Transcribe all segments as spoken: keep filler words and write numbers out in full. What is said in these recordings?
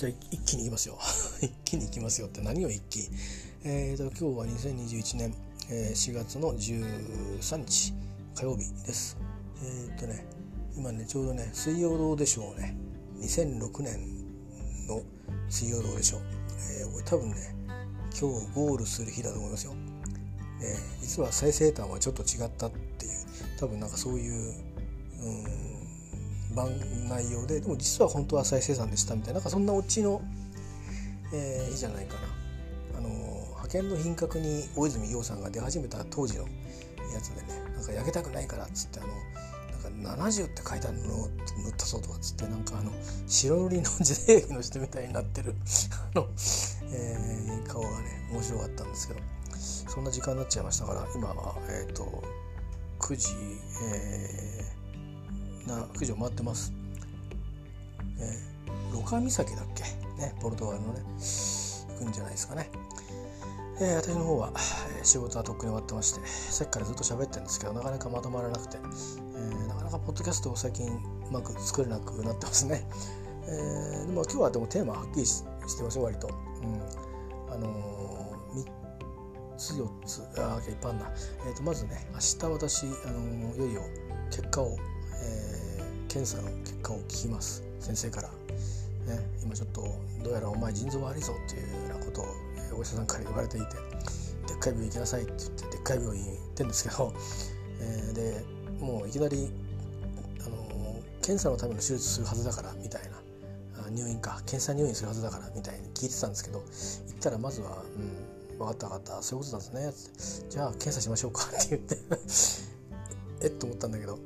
ゃあ一気にいきますよ一気にいきますよって何を一気、えーと今日はにせんにじゅういちねん、えー、しがつのじゅうさんにち火曜日です。えーとね今ねちょうどね水曜ロードショーをねにせんろくねんの水曜ロードショー、えー、これ多分ね今日ゴールする日だと思いますよ。えー、実は再生端はちょっと違ったっていう多分なんかそういう、うん、番内容ででも実は本当は再生産でしたみたいななんかそんなオチの、えー、いいじゃないかな。あの派遣の品格に大泉洋さんが出始めた当時のやつでねなんか焼けたくないからっつってあのなんかななじゅうって書いてあるのを塗ったそうとかっつってなんかあの白塗りの時代劇の人みたいになってるあの、えー、顔がね面白かったんですけどそんな時間になっちゃいましたから今はえっ、ー、とくじ、えー、なくじを回ってます。えー、ロカ岬だっけねポルトガルのね行くんじゃないですかね。えー、私の方は、えー、仕事はとっくに終わってましてさっきからずっと喋ってるんですけどなかなかまとまらなくて、えー、なかなかポッドキャストを最近うまく作れなくなってますね。えー、でも今日はでもテーマはっきり し, してますよ割と、うん、あのー、みっつよっつあいっぱいあんな、えー、とまずね明日私、あのー、いよいよ結果を、えー、検査の結果を聞きます先生から、ね、今ちょっとどうやらお前腎臓悪いぞっていうようなことをお医者さんから言われていてでっかい病院行きなさいって言ってでっかい病院行ってるんですけど、えー、でもういきなり、あのー、検査のための手術するはずだからみたいなあ入院か検査入院するはずだからみたいに聞いてたんですけど行ったらまずは、うん、分かった分かったそういうことなんですねってじゃあ検査しましょうかって言ってえっと思ったんだけど、うん、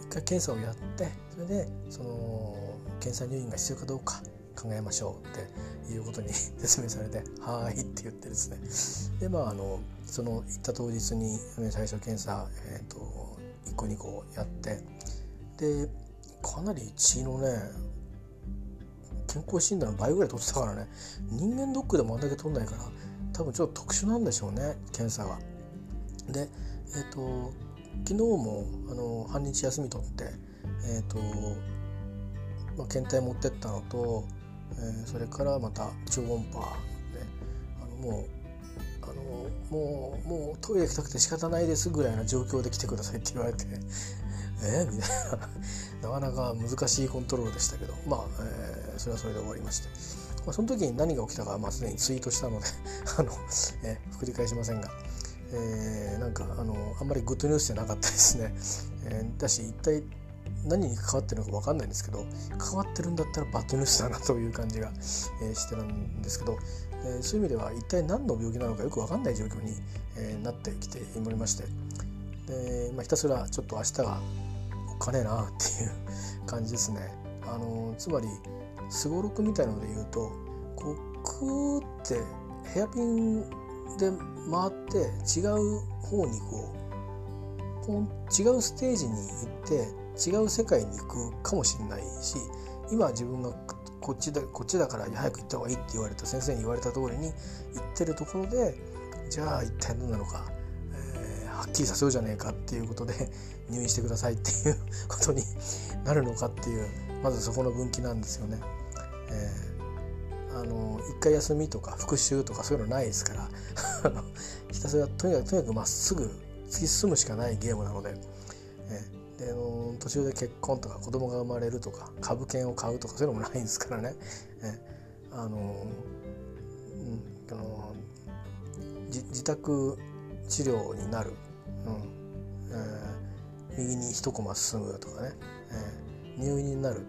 一回検査をやってそれでその検査入院が必要かどうか考えましょうっていうことに説明されてはーいって言ってですねでまああのその行った当日に最初検査、えー、といっこにこやってでかなり血のね健康診断の倍ぐらい取ってたからね人間ドックでもあんだけ取んないから多分ちょっと特殊なんでしょうね検査が。でえっ、ー、と昨日もあの半日休み取ってえっ、ー、と、まあ、検体持ってったのとえー、それからまた超音波であのもうあのもうもうトイレ行きたくて仕方ないですぐらいの状況で来てくださいって言われてえー、みたいななかなか難しいコントロールでしたけどまあ、えー、それはそれで終わりまして、まあ、その時に何が起きたかは、まあ、すでにツイートしたのであの、えー、繰り返しませんが、えー、なんかあのあんまりグッドニュースじゃなかったですね、えー、だし一体何に関わってるのか分かんないんですけど関わってるんだったらバッドニュースだなという感じが、えー、してるんですけど、えー、そういう意味では一体何の病気なのかよく分かんない状況に、えー、なってきておりましてで、まあ、ひたすらちょっと明日がおっかねえなっていう感じですね。あのー、つまりすごろくみたいなので言うとこうクーってヘアピンで回って違う方にこうこの違うステージに行って違う世界に行くかもしれないし今自分がこっちだこっちだから早く行った方がいいって言われた先生に言われた通りに行ってるところでじゃあ一体何なのか、えー、はっきりさせようじゃねえかっていうことで入院してくださいっていうことになるのかっていうまずそこの分岐なんですよね。えー、あの一回休みとか復習とかそういうのないですからひたすらとにかくとにかくまっすぐ突き進むしかないゲームなので。えーであの途中で結婚とか子供が生まれるとか株券を買うとかそういうのもないんですからね。えあの、うん、あの自宅治療になる、うんえー、右に一コマ進むとかね、えー、入院になる、うん、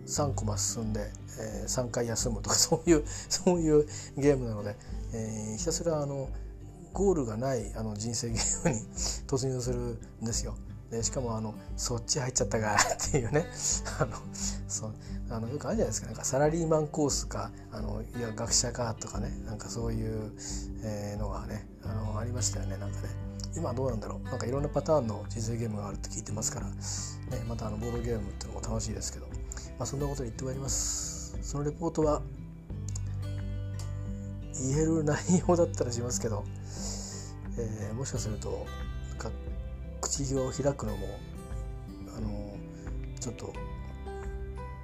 さんコマ進んで、えー、さんかい休むとかそういうそういうゲームなので、えー、ひたすらあのゴールがないあの人生ゲームに突入するんですよ。でしかもあのそっち入っちゃったかっていうねあのそうあのよくあるじゃないですかなんかサラリーマンコースかあのいや学者かとかねなんかそういう、えー、のがね あのありましたよね。なんかね今はどうなんだろうなんかいろんなパターンの人生ゲームがあるって聞いてますから、ね、またあのボードゲームっていうのも楽しいですけど、まあ、そんなこと言ってまいります。そのレポートは言える内容だったらしますけど、えー、もしかするとなんか口を開くのもあのちょっと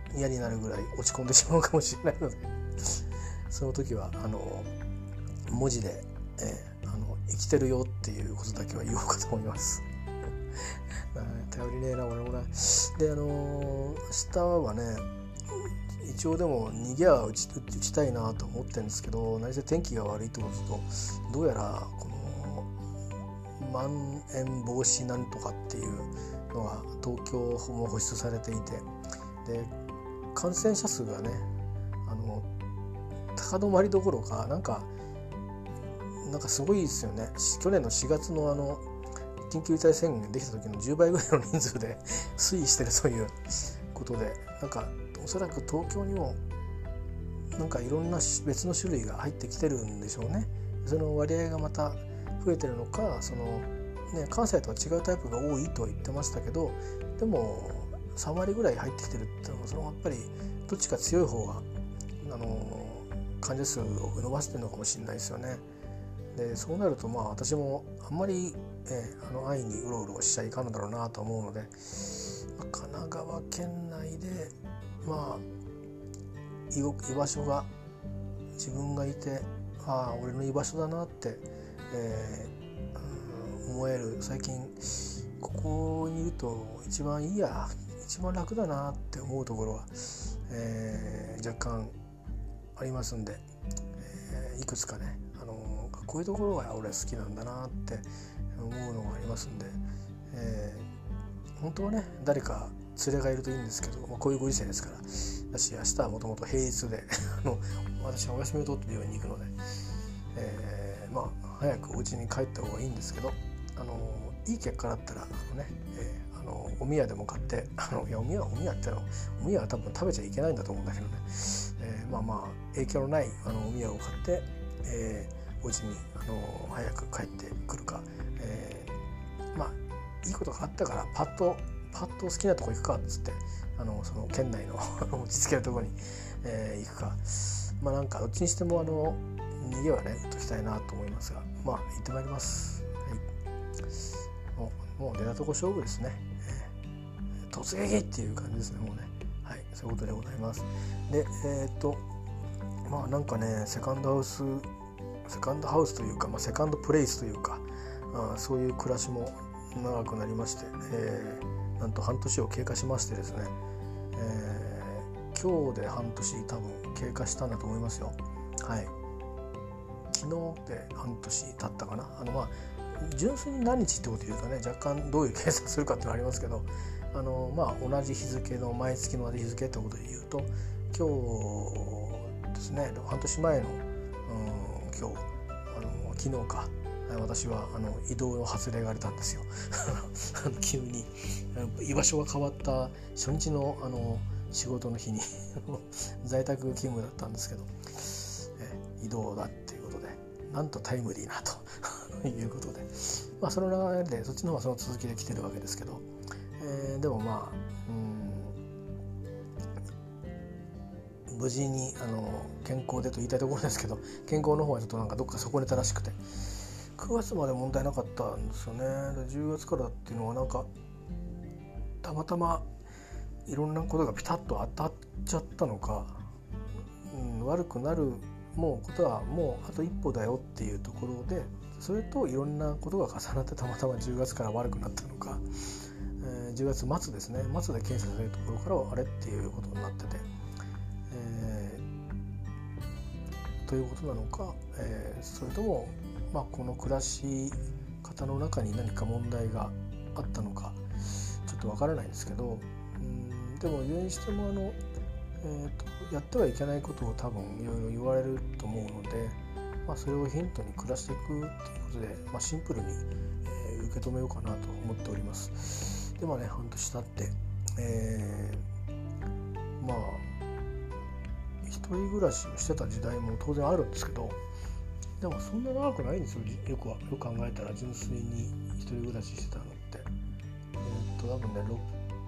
嫌になるぐらい落ち込んでしまうかもしれないのでその時はあの文字で、えー、あの生きてるよっていうことだけは言おうかと思います頼りねえな俺もな。であのー、明日はね一応でも逃げは打ち、打ちたいなと思ってるんですけど、何せ天気が悪いってこととどうやらこのまん延防止なんとかっていうのが東京も保出されていて、で感染者数がねあの高止まりどころかなんかなんかすごいですよね。去年のしがつのあの緊急事態宣言できた時のじゅうばいぐらいの人数で推移してるということで、なんかおそらく東京にもなんかいろんな別の種類が入ってきてるんでしょうね。その割合がまた増えてるのか、その、ね、関西とは違うタイプが多いとは言ってましたけど、でもさんわりぐらい入ってきてるっていうのはそのやっぱりどっちか強い方があの患者数を伸ばしてるのかもしれないですよね。でそうなるとまあ私もあんまり、えー、あの安易にうろうろしちゃいかんのだろうなと思うので、まあ、神奈川県内でまあ居、居場所が自分がいて、ああ俺の居場所だなって、えー、思える、最近ここにいると一番いいや一番楽だなって思うところは、えー、若干ありますんで、えー、いくつかねこういうところが俺好きなんだなって思うのがありますんで、えー、本当はね誰か連れがいるといいんですけど、まあ、こういうご時世ですから。だし明日はもともと平日であの私はお休みを取って病院に行くので、えー、まあ早くお家に帰った方がいいんですけど、あのいい結果だったらあのね、えー、あのお宮でも買ってあのいやお宮お宮ってのお宮は多分食べちゃいけないんだと思うんだけどね、えー、まあまあ影響のないあのお宮を買って、えーお家にあの早く帰ってくるか、えー、まあいいことがあったからパッとパッと好きなとこ行くかっつってあのその県内の落ち着けるところに、えー、行くか、まあなんかどっちにしてもあの逃げはね打っときたいなと思いますが、まあ行ってまいります。はい、もう、もう出たとこ勝負ですね、えー、突撃っていう感じですねもうね。はい、そういうことでございます。でえっ、ー、とまあなんかねセカンドハウスセカンドハウスというか、まあ、セカンドプレイスというか、あそういう暮らしも長くなりまして、えー、なんと半年を経過しましてですね、えー、今日で半年多分経過したんだと思いますよ。はい、昨日で半年経ったかな。あのまあ純粋に何日ってことで言うとね若干どういう計算するかっていうのがありますけど、あのまあ同じ日付の毎月の同じ日付ってことで言うと今日ですね半年前の今日あの昨日か私はあの移動の発令が出たんですよ急に居場所が変わった初日のあの仕事の日に在宅勤務だったんですけど、え移動だっていうことでなんとタイムリーなということで、まあその流れでそっちの方はその続きで来てるわけですけど、えー、でもまあうん無事にあの健康でと言いたいところですけど、健康の方はちょっとなんかどっか損ねたらしくてくがつまで問題なかったんですよね。でじゅうがつからっていうのはなんかたまたまいろんなことがピタッと当たっちゃったのか、うん、悪くなるもうことはもうあと一歩だよっていうところで、それといろんなことが重なってたまたまじゅうがつから悪くなったのか、えー、じゅうがつ末ですね末で検査されるところからはあれっていうことになってて、えー、ということなのか、えー、それとも、まあ、この暮らし方の中に何か問題があったのかちょっとわからないですけど、うんでもいずれにしてもあの、えーと、やってはいけないことを多分いろいろ言われると思うので、まあ、それをヒントに暮らしていくっていうことで、まあ、シンプルに、えー、受け止めようかなと思っております。でまあね半年経って、えー、まあ一人暮らしをしてた時代も当然あるんですけど、でもそんな長くないんですよ。よくはよく考えたら純粋に一人暮らししてたのって、えー、っと多分ねろく、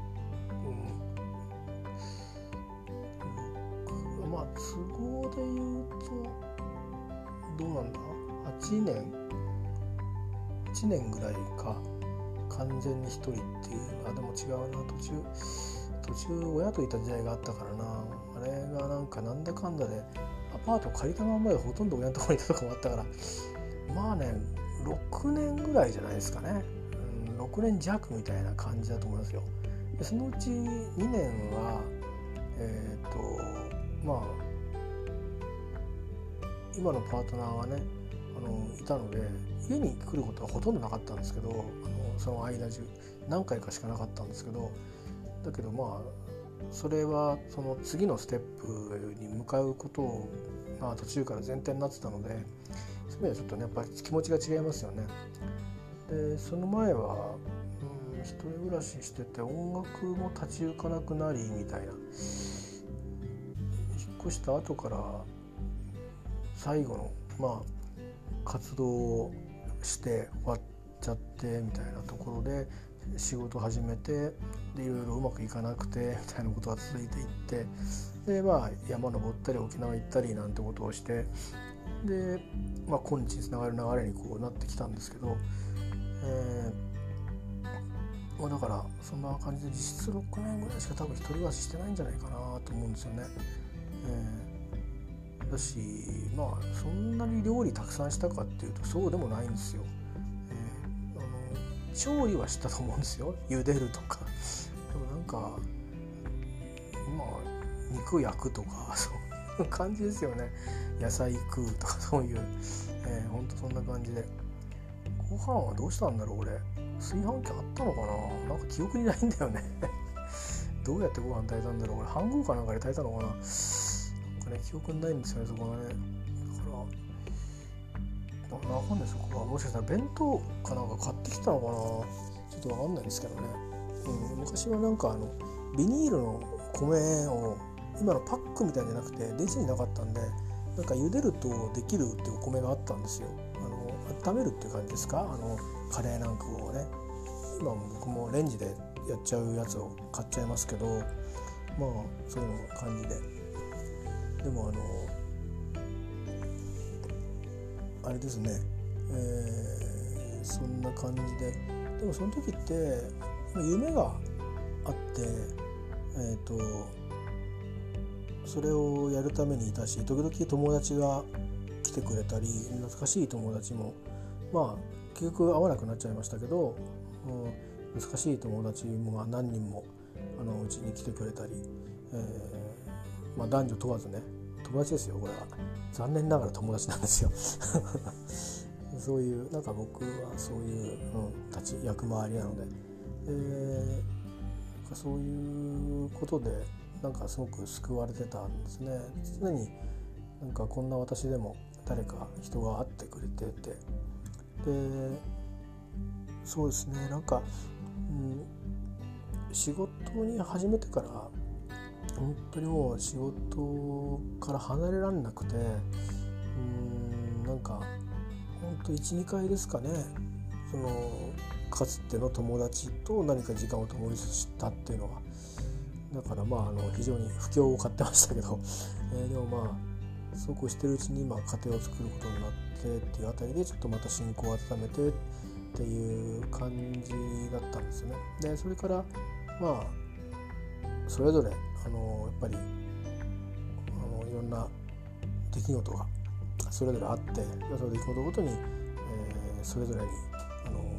うん、まあ都合で言うとどうなんだはちねんはちねんぐらいか完全に一人っていう、あでも違うな途中途中親といた時代があったからな。あれがなんかなんだかんだでアパート借りたままでほとんど親のところにいたとかもあったから、まあねろくねんぐらいじゃないですかね、うん、ろくねん弱みたいな感じだと思いますよ。でそのうちにねんはえっ、ー、とまあ今のパートナーがねあのいたので家に来ることはほとんどなかったんですけど、あのその間中何回かしかなかったんですけど、だけどまあそれはその次のステップに向かうことを、まあ、途中から前提になってたので、そういう意味ではちょっとねやっぱり気持ちが違いますよね。でその前は、うん、一人暮らししてて音楽も立ち行かなくなりみたいな、引っ越した後から最後のまあ活動をして終わっちゃってみたいなところで仕事始めて、でいろいろうまくいかなくてみたいなことが続いていって、でまあ山登ったり沖縄行ったりなんてことをして、でまあ今日につながる流れにこうなってきたんですけど、えーまあ、だからそんな感じで実質ろくねんぐらいしか多分一人暮らししてないんじゃないかなと思うんですよね。えー、だしまあそんなに料理たくさんしたかっていうとそうでもないんですよ。調理はしたと思うんですよ、茹でるとか。でもなんかまあ肉焼くとかそういう感じですよね。野菜食うとかそういう、えー、ほんとそんな感じで。ご飯はどうしたんだろう俺、炊飯器あったのかな、なんか記憶にないんだよねどうやってご飯炊いたんだろう俺、飯盒かなんかで炊いたのかな、なんかね記憶にないんですよねそこはね。だからわかんないです、ここはもしかしたら弁当かなんか買ってきたのかな、ちょっとわかんないですけどね、うん、昔はなんかあのビニールの米を今のパックみたいじゃなくて電子になかったんで、なんか茹でるとできるっていうお米があったんですよ。あの温めるっていう感じですか、あのカレーなんかをね。今も僕もレンジでやっちゃうやつを買っちゃいますけど、まあそういう感じで、でもあのあれですね、えー、そんな感じで、でもその時って夢があって、えーと、それをやるためにいたし、時々友達が来てくれたり、懐かしい友達もまあ結局会わなくなっちゃいましたけど、うん、懐かしい友達も何人もあのうちに来てくれたり、えーまあ、男女問わずね、友達ですよこれは。残念ながら友達なんですよそういうなんか僕はそういう、うん、立ち役回りなので、えー、そういうことでなんかすごく救われてたんですね。常になんかこんな私でも誰か人が会ってくれてて、でそうですね、なんか、うん、仕事に始めてから本当にもう仕事から離れられなくて、うーんなんか本当 いち,に 回ですかね、そのかつての友達と何か時間を共にしたっていうのは、だからまああの非常に不況を買ってましたけど、えー、でもまあそうこうしてるうちに今家庭を作ることになってっていうあたりでちょっとまた信仰を温めてっていう感じだったんですよね。でそれからまあそれぞれあのやっぱりあのいろんな出来事がそれぞれあって、その出来事ごとに、えー、それぞれにあの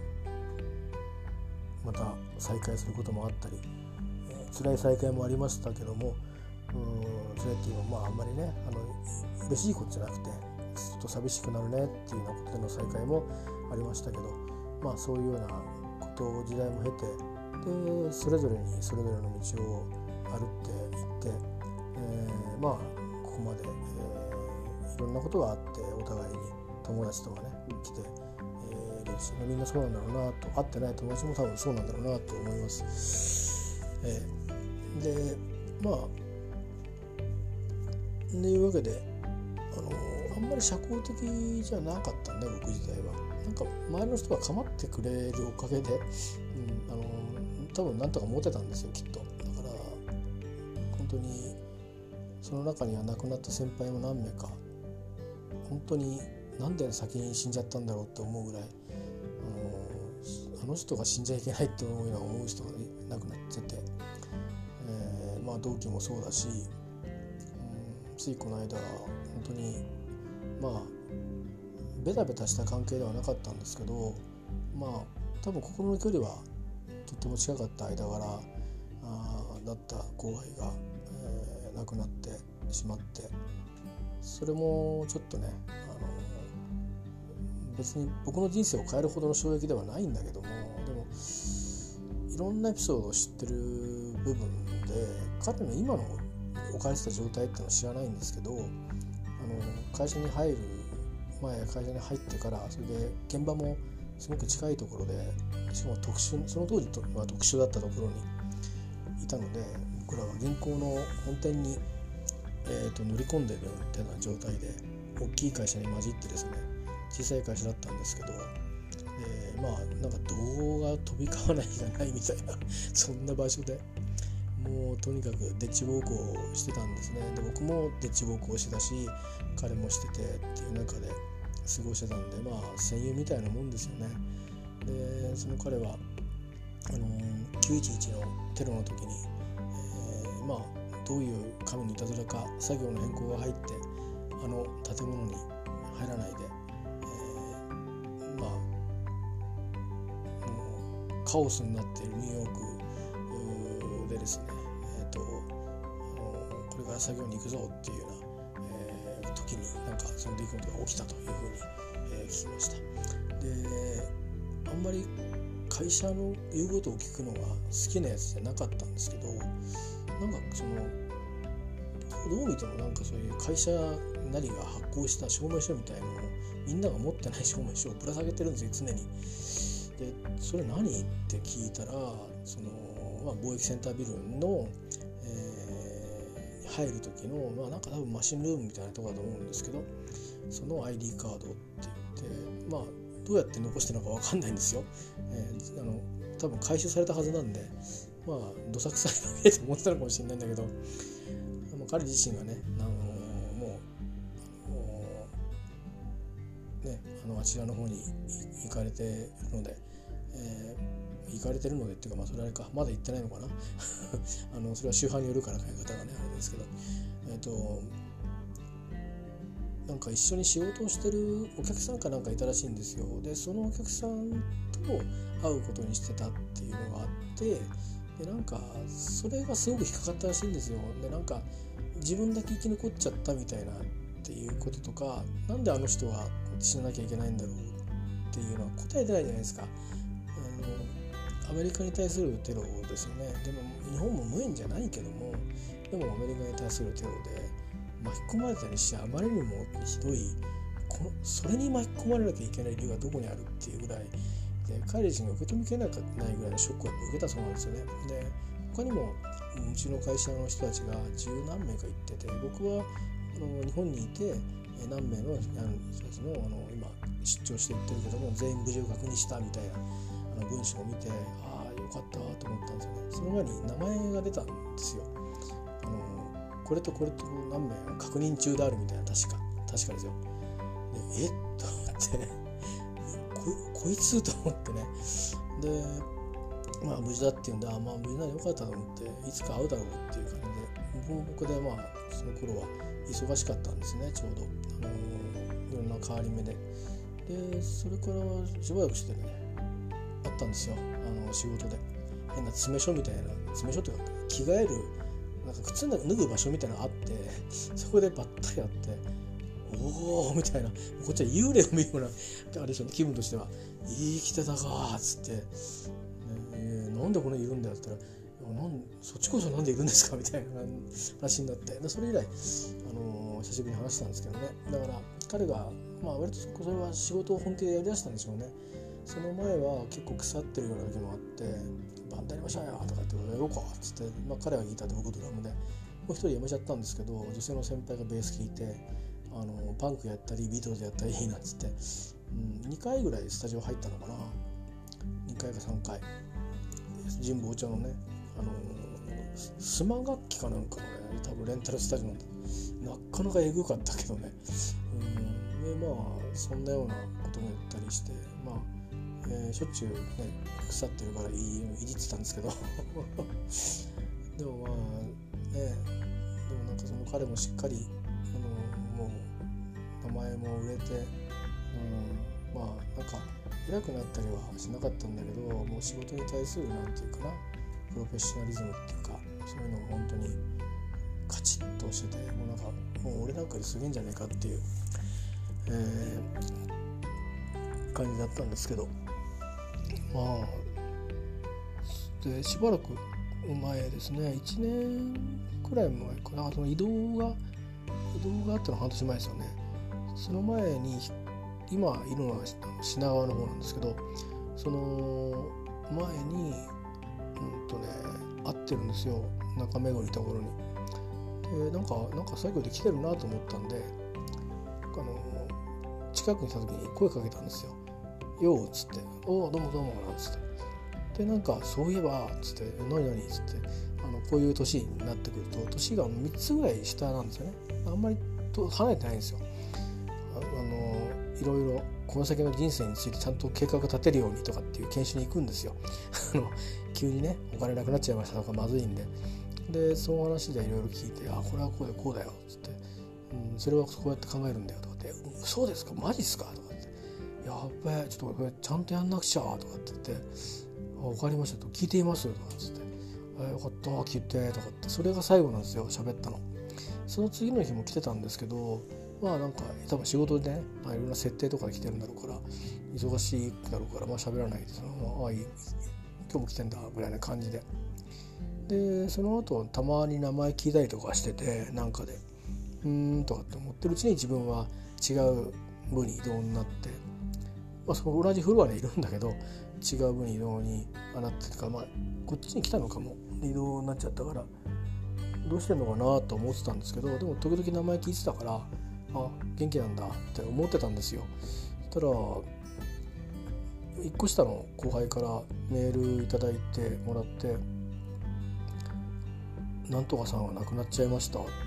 また再会することもあったり、えー、辛い再会もありましたけども、うんそれっていうのはまああんまりねあの嬉しいことじゃなくてちょっと寂しくなるねっていうようなことでの再会もありましたけど、まあそういうようなことを時代も経て、でそれぞれにそれぞれの道を歩っていって、えー、まあここまで、えー、いろんなことがあってお互いに友達とかね来て、えー、いるし、みんなそうなんだろうなと、会ってない友達も多分そうなんだろうなと思います。えー、でまあというわけであのあんまり社交的じゃなかったんだ僕自体は。なんか周りの人が構ってくれるおかげで、うん、あの多分なんとか持てたんですよきっと。だから本当にその中には亡くなった先輩も何名か本当になんで先に死んじゃったんだろうって思うぐらい、あのあの人が死んじゃいけないって思うような思う人が亡くなってて、 あ、同期もそうだし、うん、ついこの間本当にまあベタベタした関係ではなかったんですけど、まあ多分心の距離はとっても近かった間柄あだった後輩が、えー、亡くなってしまって、それもちょっとね、あの別に僕の人生を変えるほどの衝撃ではないんだけども、でもいろんなエピソードを知ってる部分で彼の今の置かれてた状態っていうのは知らないんですけど、あの会社に入る前、会社に入ってから、それで現場もすごく近いところで、しかも特殊、その当時は特殊だったところにいたので、僕らは銀行の本店に、えー、と乗り込んでるような状態で大きい会社に混じってですね、小さい会社だったんですけど、えー、まあなんか動画飛び交わない日がないみたいなそんな場所で、もうとにかくデッチ暴行をしてたんですね。で僕もデッチ暴行してたし、彼もしててっていう中で過ごしてたんで、まあ戦友みたいなもんですよね。でその彼はあのー、きゅういちいちのテロの時に、えー、まあどういう神のいたずらか作業の変更が入ってあの建物に入らないで、えー、まあもうカオスになっているニューヨークでですね、えーと、あのこれから作業に行くぞっていうような、えー、時になんかその出来事が起きたというふうに、えー、聞きました。であんまり会社の言うことを聞くのが好きなやつじゃなかったんですけど、なんかそのどう見てもなんかそういう会社なりが発行した証明書みたいなのをみんなが持ってない証明書をぶら下げてるんですよ、常に。でそれ何って聞いたら、その、まあ、貿易センタービルの、えー、入る時の、まあ、なんか多分マシンルームみたいなところだと思うんですけど、その アイディー カードって言って、まあどうやって残してるのか分かんないんですよ。えー、あの多分回収されたはずなんで、まあどさくさいだけと思ってたのかもしれないんだけど、彼自身がね、あのもう、あのね、あのあちらの方に行かれているので、えー、行かれてるのでっていうか、まあそれあれか、まだ行ってないのかなあのそれは宗派によるから考え方がねあれですけど、えっとなんか一緒に仕事をしてるお客さんかなんかいたらしいんですよ。でそのお客さんと会うことにしてたっていうのがあって、でなんかそれがすごく引っかかったらしいんですよ。でなんか自分だけ生き残っちゃったみたいなっていうこととか、なんであの人は死ななきゃいけないんだろうっていうのは答えてないじゃないですか。あのアメリカに対するテロですよね。でも日本も無縁じゃないけども、でもアメリカに対するテロで巻き込まれたりして、あまりにもひどい、このそれに巻き込まれなきゃいけない理由がどこにあるっていうぐらいで、彼自身が受け止めきれないぐらいのショックを受けたそうなんですよね。で他にもうちの会社の人たちが十何名か行ってて、僕はあの日本にいて何名の人たちの、あの今出張して行ってるけども全員無事を確認したみたいなあの文章を見て、ああよかったと思ったんですよね。その前に名前が出たんですよ。あのこれとこれと何名確認中であるみたいな、確か確かですよ。でえっと思ってこ, こいつと思ってね。でまあ無事だっていうんで、あまあ無事ならよかったと思って、いつか会うだろうっていう感じで、僕も僕でまあその頃は忙しかったんですね、ちょうど、あのー、いろんな変わり目で。でそれからしばらくしてねあったんですよ、あの仕事で変な詰め所みたいな、詰め所というか着替えるなんか靴脱ぐ場所みたいなのがあって、そこでばったり会って、おーみたいな、こっちは幽霊を見るようなあれでしょうね、気分としては。生きてたかーっつって、ねえー、なんでこれいるんだよって言ったら、なんそっちこそなんでいるんですかみたいな話になって、でそれ以来、あのー、久しぶりに話したんですけどね。だから彼がまあ割とそれは仕事を本気でやりだしたんでしょうね。その前は結構腐ってるような時もあって、バンドやりましょうよとかってやろうかっつって、まあ、彼はギターで僕ドラムで、もう一人辞めちゃったんですけど、女性の先輩がベース弾いて、あのパンクやったりビートルズやったりいいなっつって、うん、にかいぐらいスタジオ入ったのかな、にかいかさんかい、神保町のね、あのスマ楽器かなんかのね、多分レンタルスタジオなんで、なかなかエグかったけどね、うん、でまあそんなようなことも言ったりして、まあえー、しょっちゅうね腐ってるからいいいじってたんですけどでもまあでもなんかその彼もしっかりあのもう名前も売れて、うん、まあなんか偉くなったりはしなかったんだけど、もう仕事に対するなんていうかな、プロフェッショナリズムっていうか、そういうのが本当にカチッとしてて、もうなんかもう俺なんかよりすげえんじゃねえかっていう、えー、感じだったんですけど、まあでしばらく前ですね、いちねんくらい前かな、その移動が移動があったのは半年前ですよね。その前に今いるのは品川の方なんですけど、その前にうんとね会ってるんですよ、中目黒にいた頃に。でなんかなんか作業で来てるなと思ったんで、あの近くに来た時に声かけたんですよ。ようっつって、おうどうもどうもなんつって。でなんかそういえばつって何何つってあのこういう年になってくると年がみっつぐらい下なんですよね。あんまりと離れてないんですよ。あ, あのいろいろこの先の人生についてちゃんと計画立てるようにとかっていう研修に行くんですよ。あの急にねお金なくなっちゃいましたとかまずいんで、でその話でいろいろ聞いて、あこれはこうでこうだよつって、うん、それはこうやって考えるんだよとかって、そうですかマジっすかとかって、やっべえちょっとこれちゃんとやんなくちゃとかって言って、分かりましたと聞いていますとかつって、えよかった聞いてとかって、それが最後なんですよ喋ったの。その次の日も来てたんですけど、まあなんか多分仕事でね、まあ、いろんな設定とかで来てるんだろうから忙しいだろうからまあ喋らないで、そのままあいい今日も来てんだぐらいな感じで、でその後たまに名前聞いたりとかしてて、なんかでうーんとかって思ってるうちに自分は違う部に移動になって、まあその同じフロアにいるんだけど違う部に移動になってとか、まあこっちに来たのかも移動になっちゃったからどうしてんのかなと思ってたんですけど、でも時々名前聞いてたから、あ元気なんだって思ってたんですよ。そしたらいっこ下の後輩からメールいただいてもらって、なんとかさんは亡くなっちゃいましたって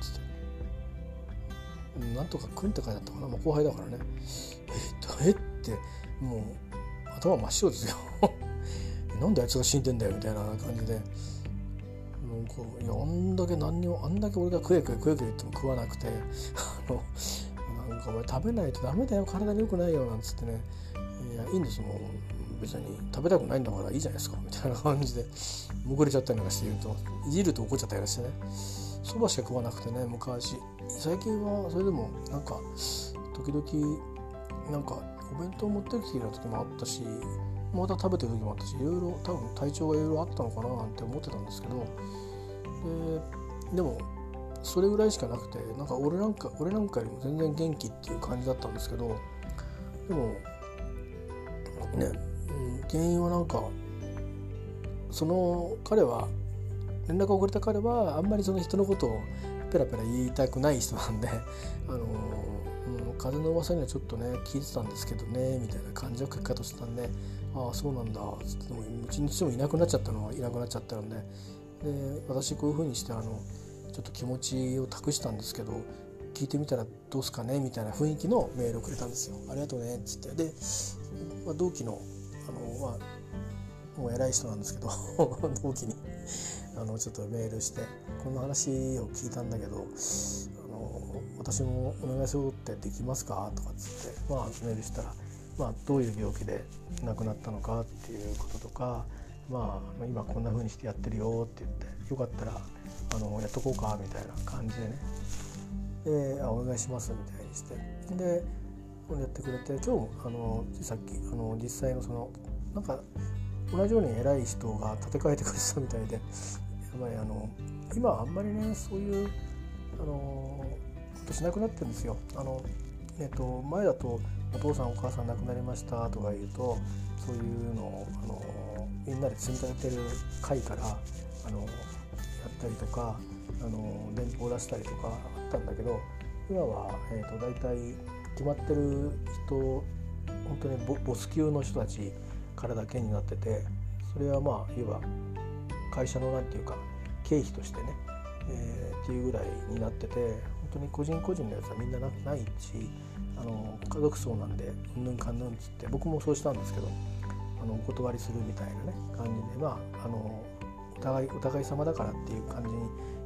言って、なんとかくんって書いてあったかな、まあ、後輩だからね、えっとえってもう頭真っ白ですよなんであいつが死んでんだよみたいな感じで、なんかいやあんだけ何にもあんだけ俺が食え食え食え食え言っても食わなくてあのなんかお前食べないとダメだよ体に良くないよなんつってね、いやいいんですもう別に食べたくないんだからいいじゃないですかみたいな感じでむくれちゃったりなんかして言うといじると怒っちゃったりしてね、そばしか食わなくてね昔。最近はそれでもなんか時々なんかお弁当持ってきてた時もあったし、また食べてる時もあったし、いろいろ多分体調がいろいろあったのかななんて思ってたんですけど、で, でもそれぐらいしかなくて、なんか俺なんか俺なんかよりも全然元気っていう感じだったんですけど、でもね、うん、原因はなんかその彼は連絡をくれた彼はあんまりその人のことをペラペラ言いたくない人なんで、あのーうん、風の噂にはちょっとね聞いてたんですけどねみたいな感じの書き方してたんで、ああそうなんだつって、もう一日もいなくなっちゃったのはいなくなっちゃったので、で私こういう風にしてあのちょっと気持ちを託したんですけど聞いてみたらどうすかねみたいな雰囲気のメールをくれたんですよ。ありがとうねっつって、で、まあ、同期のあの、まあ、もう偉い人なんですけど同期にあのちょっとメールしてこんな話を聞いたんだけど、あの私もお願いするってできますかとかっつって、まあ、メールしたら、まあ、どういう病気で亡くなったのかっていうこととか、まあ、今こんな風にしてやってるよって言って、よかったらあのやっとこうかみたいな感じでね、であお願いしますみたいにして、でやってくれて、今日もあのさっきあの実際のそのなんか同じように偉い人が立て替えてくれてたみたいで、やっぱりあの今はあんまりねそういうあのことしなくなってるんですよ。あの、えっと、前だとお父さんお母さん亡くなりましたとか言うと、そういうのをあのみんなで積み立ててる会からあのやったりとか、あの電報を出したりとかあったんだけど、今は、えー、と大体決まってる人、本当に ボ, ボス級の人たちからだけになってて、それはまあいわば会社のなんていうか経費としてね、えー、っていうぐらいになってて、本当に個人個人のやつはみんな な, ないし、あの家族葬なんでうんぬんかんぬんっつって、僕もそうしたんですけど、あのお断りするみたいなね感じで、まああのお互いお互い様だからっていう感じに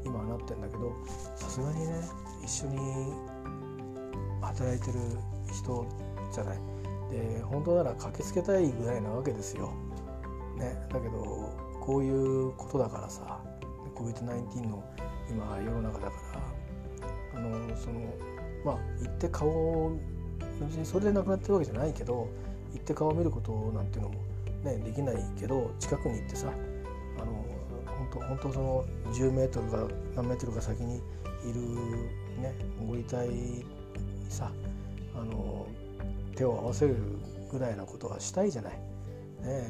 今はなってんだけど、さすがにね一緒に働いてる人じゃないで、本当なら駆けつけたいぐらいなわけですよ、ね、だけどこういうことだからさ コビッドナインティーン の今世の中だからあのそのまあ行って顔を別にそれで亡くなってるわけじゃないけど、行って顔を見ることなんていうのも、ね、できないけど近くに行ってさあの本当本当そのじゅうメートルか何メートルか先にいる、ね、ご遺体にさあの手を合わせるぐらいなことはしたいじゃない、ね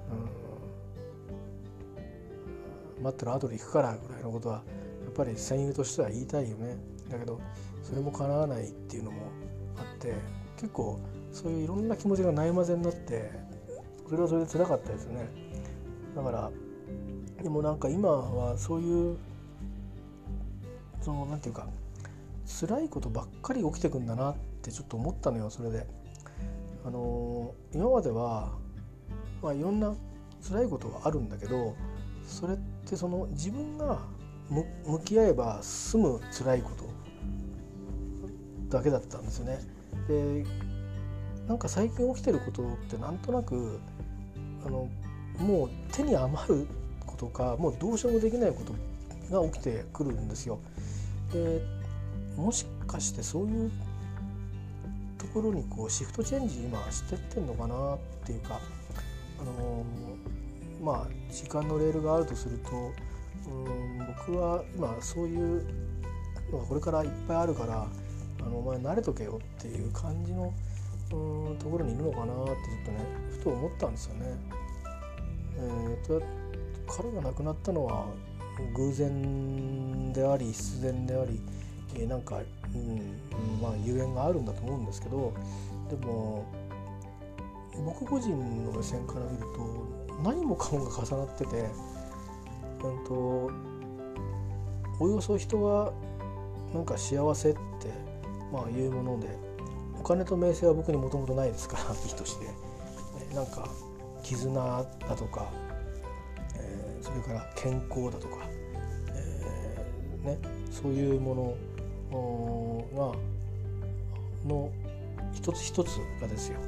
うん、待ってる後で行くからぐらいのことはやっぱり戦友としては言いたいよね。だけどそれも叶わないっていうのもあって結構そういういろんな気持ちがないまぜになってそれはそれで辛かったですね。だからでもなんか今はそういうそのなんていうか辛いことばっかり起きてくんだなってちょっと思ったのよ。それであの今まではまあいろんな辛いことはあるんだけど、それってその自分が向き合えば済む辛いことだけだったんですよね。でなんか最近起きてることってなんとなくあのもう手に余ることかもうどうしようもできないことが起きてくるんですよ。でもしかしてそういうところにこうシフトチェンジ今してってんのかなっていうか、あのまあ時間のレールがあるとすると、うん僕は今そういうのがこれからいっぱいあるからあのお前慣れとけよっていう感じのうんところにいるのかなってちょっとねふと思ったんですよね。えー、と彼が亡くなったのは偶然であり必然であり、えー、なんか、うんまあ、ゆえんがあるんだと思うんですけど、でも僕個人の目線から見ると何もかもが重なってて、うんとおよそ人がなんか幸せって、まあ、いうものでお金と名声は僕にもともとないですからいいとして、なんか絆だとか、えー、それから健康だとか、えーね、そういうものがの一つ一つがですよ、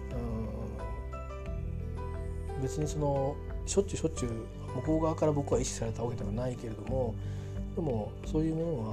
うん別にそのしょっちゅうしょっちゅう向こう側から僕は意識されたわけではないけれども、でもそういうものは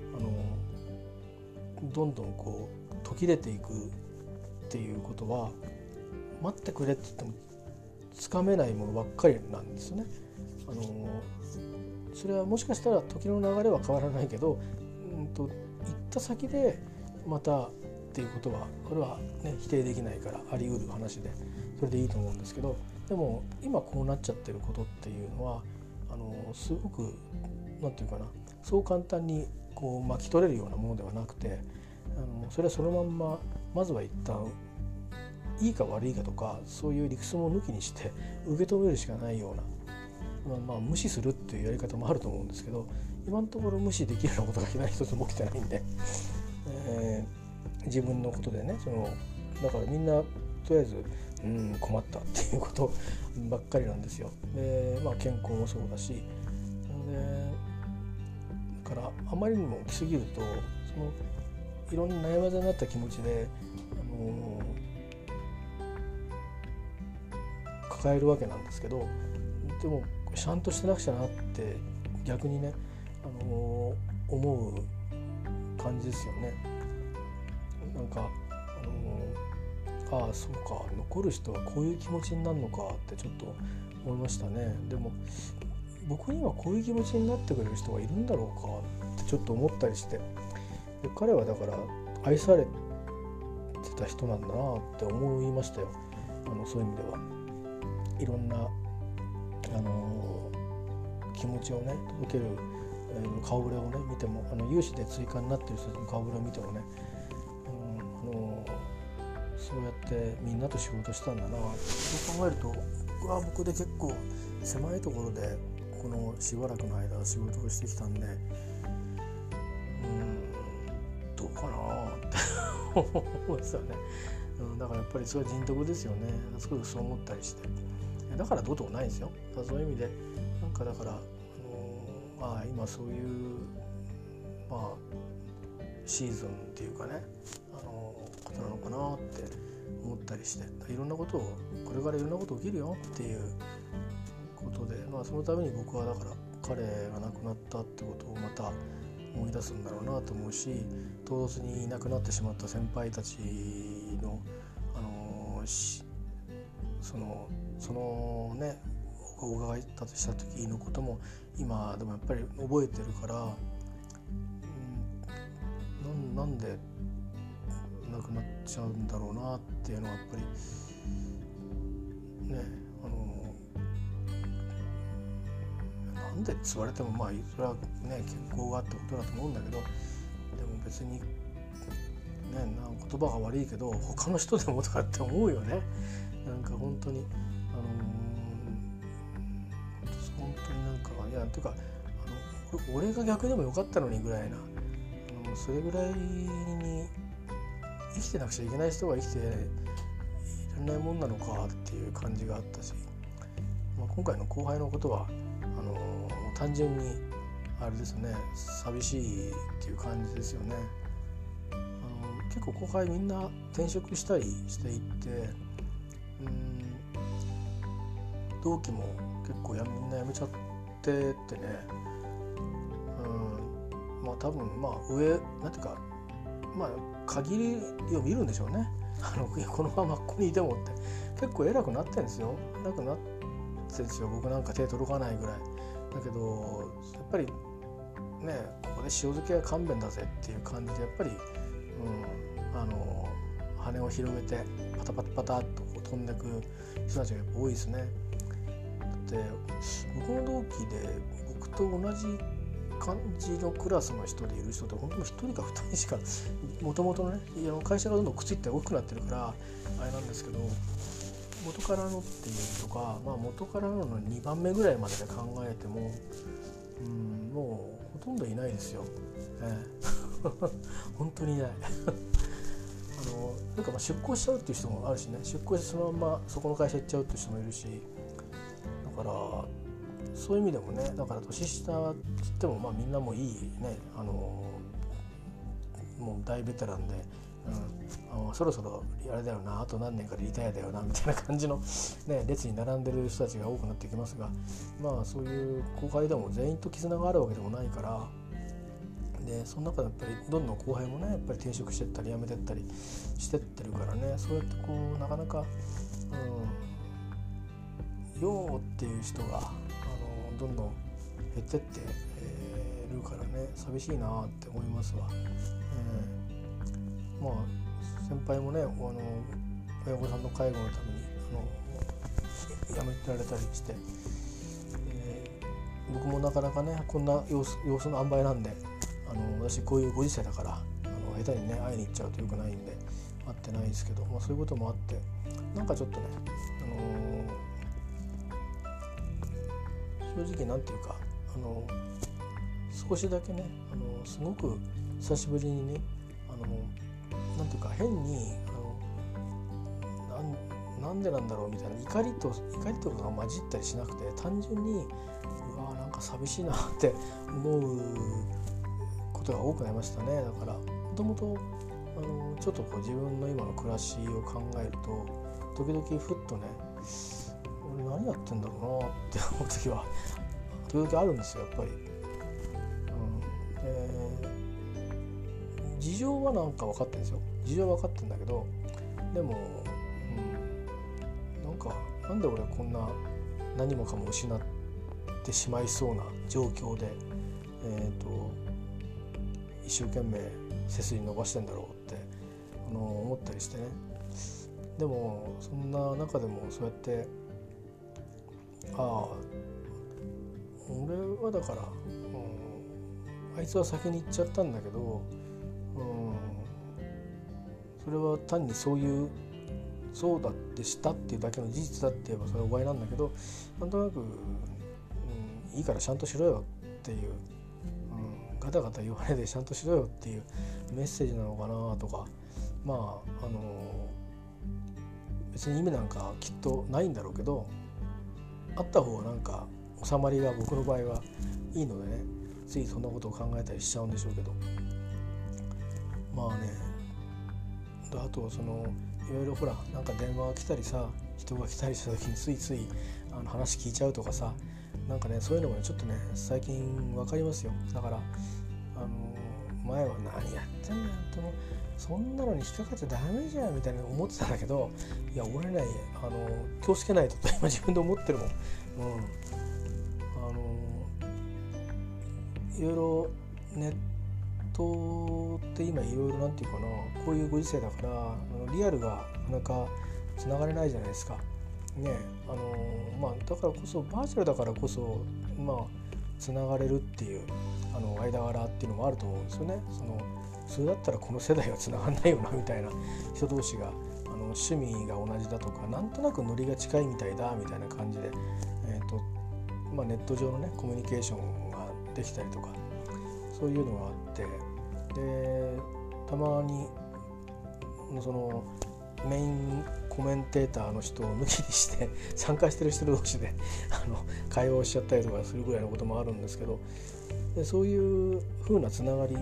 あのどんどんこう途切れていくっていうことは待ってくれって言ってもつかめないものばっかりなんですよね。あのそれはもしかしたら時の流れは変わらないけど、うんと行った先でまたっていうことはこれは、ね、否定できないからあり得る話でそれでいいと思うんですけど、でも今こうなっちゃってることっていうのはあのすごくなんていうかなそう簡単にこう巻き取れるようなものではなくて、あのそれはそのまんままずは一旦いいか悪いかとかそういう理屈も抜きにして受け止めるしかないような、まあ、まあ無視するっていうやり方もあると思うんですけど、今のところ無視できるようなことが何一つも起きてないんで、えー、自分のことでねそのだからみんなとりあえずうん困ったっていうことばっかりなんですよ。で、まあ、健康もそうだしでだからあまりにも来すぎるとそのいろんな悩まぜになった気持ちで、あのー、抱えるわけなんですけど、でもちゃんとしてなくちゃなって逆にね、あのー、思う感じですよね。なんか、あのー、ああそうか残る人はこういう気持ちになるのかってちょっと思いましたね。でも僕にはこういう気持ちになってくれる人がいるんだろうかってちょっと思ったりして、で彼はだから愛されてた人なんだなって思いましたよ。あのそういう意味ではいろんな、あのー、気持ちをね届ける、えー、顔ぶれをね見てもあの有志で追加になってる人たちの顔ぶれを見てもね、うんあのー、そうやってみんなと仕事したんだなってそう考えると僕は僕で結構狭いところでこのしばらくの間仕事をしてきたんで、どうかなって思うんですよね、うん、だからやっぱりそれは人徳ですよね。すごいそう思ったりして、だからどうともないですよ。だからそういう意味でなんかだから、あのまあ今そういうまあシーズンっていうかね、あのことなのかなって思ったりして、いろんなことをこれからいろんなこと起きるよっていうことで、まあそのために僕はだから彼が亡くなったってことをまた思い出すんだろうなと思うし、唐突にいなくなってしまった先輩たちのあのそのそのねお伺いした時のことも今でもやっぱり覚えてるから、うん、な, なんで亡くなっちゃうんだろうなっていうのはやっぱりね、あのなんでって言われてもまあそれはね健康がってことだと思うんだけど、でも別にねなんか言葉が悪いけど他の人でもとかって思うよね。なんか本当にあのー、本当になんかいやというかあの俺が逆でもよかったのにぐらいな、あのそれぐらいに生きてなくちゃいけない人が生きていられないもんなのかっていう感じがあったし、まあ、今回の後輩のことはあのー、単純にあれですね、寂しいっていう感じですよね。あの結構後輩みんな転職したりしていって、うん、同期も結構やみんな辞めちゃってってね、うん、まあ多分まあ上なんていうかまあ限りを見るんでしょうね。あのこのままここにいてもって結構偉くなってるんですよ。偉くなってるんですよ。僕なんか手届かないぐらいだけど、やっぱりねここで塩漬けは勘弁だぜっていう感じでやっぱり、うん、あの羽を広げてパタパタパタっとこう飛んでく人たちがやっぱ多いですね。だって僕の同期で僕と同じ感じのクラスの人でいる人って本当にひとりかふたりしかもともとのね会社がどんどんくっついて大きくなってるからあれなんですけど、元からのっていうとか、まあ、元からののにばんめぐらいまでで考えても、うん、もうほとんどいないですよ、ええ、本当にいないあのなんかまあ出向しちゃうっていう人もあるしね、出向してそのままそこの会社行っちゃうっていう人もいるし、だからそういう意味でもね、だから年下って言ってもまあみんなもいいね、あのもう大ベテランで、うん、あのそろそろあれだよな、あと何年かでリタイアだよなみたいな感じの、ね、列に並んでる人たちが多くなってきますが、まあそういう後輩でも全員と絆があるわけでもないから、でその中でやっぱりどんどん後輩もねやっぱり転職してったり辞めてったりしてってるからね、そうやってこうなかなか、うん、ようっていう人があのどんどん減ってって、えー、るからね、寂しいなって思いますわ。えー、まあ先輩もね、あの親御さんの介護のためにあの辞めてられたりして、えー、僕もなかなかねこんな様子、様子の塩梅なんで、あの私こういうご時世だからあの下手にね会いに行っちゃうとよくないんで会ってないですけど、まあ、そういうこともあってなんかちょっとね、あのー、正直なんていうか、あのー、少しだけね、あのー、すごく久しぶりにね、あのー、なんていうか変にあのな ん, なんでなんだろうみたいな怒りと怒りとかが混じったりしなくて、単純にうわなんか寂しいなって思うことが多くなりましたね。だからもともとあのちょっとこう自分の今の暮らしを考えると時々ふっとね、俺何やってんだろうなって思う時は時々あるんですよやっぱり、うん、で事情はなんか分かってるんですよ。事情は分かってるんだけど、でも、うん、なんかなんで俺こんな何もかも失ってしまいそうな状況で、えーと一生懸命背筋伸ばしてんだろうってあの思ったりしてね。でもそんな中でもそうやってああ俺はだから、うん、あいつは先に行っちゃったんだけど、うん、それは単にそういうそうだってしたっていうだけの事実だって言えばそれはお前なんだけど、なんとなく、うん、いいからちゃんとしろよっていう、ガタガタ言われてちゃんとしろよっていうメッセージなのかなとか、まああの別に意味なんかきっとないんだろうけど、あった方がなんか収まりが僕の場合はいいのでね、ついそんなことを考えたりしちゃうんでしょうけど、まあね、あとそのいろいろほらなんか電話が来たりさ、人が来たりした時についついあの話聞いちゃうとかさ、なんかねそういうのもねちょっとね最近わかりますよ。だからあの前は何やってんだよってもそんなのに引っかかっちゃダメじゃんみたいな思ってたんだけど、いや俺ねあの気をつけないとと今自分で思ってるもん。うん、あのいろいろネットって今いろいろなんていうかな、こういうご時世だからあのリアルがなかなかつながれないじゃないですか。ね、あのまあだからこそバーチャルだからこそまあつながれるっていうあの間柄っていうのもあると思うんですよね。その普通だったらこの世代はつながんないよなみたいな人同士があの趣味が同じだとかなんとなくノリが近いみたいだみたいな感じで、えーとまあ、ネット上のねコミュニケーションができたりとかそういうのがあって、でたまにそのメインコメンテーターの人を抜きにして参加してる人同士であの会話をしちゃったりとかするぐらいのこともあるんですけど、でそういう風なつながり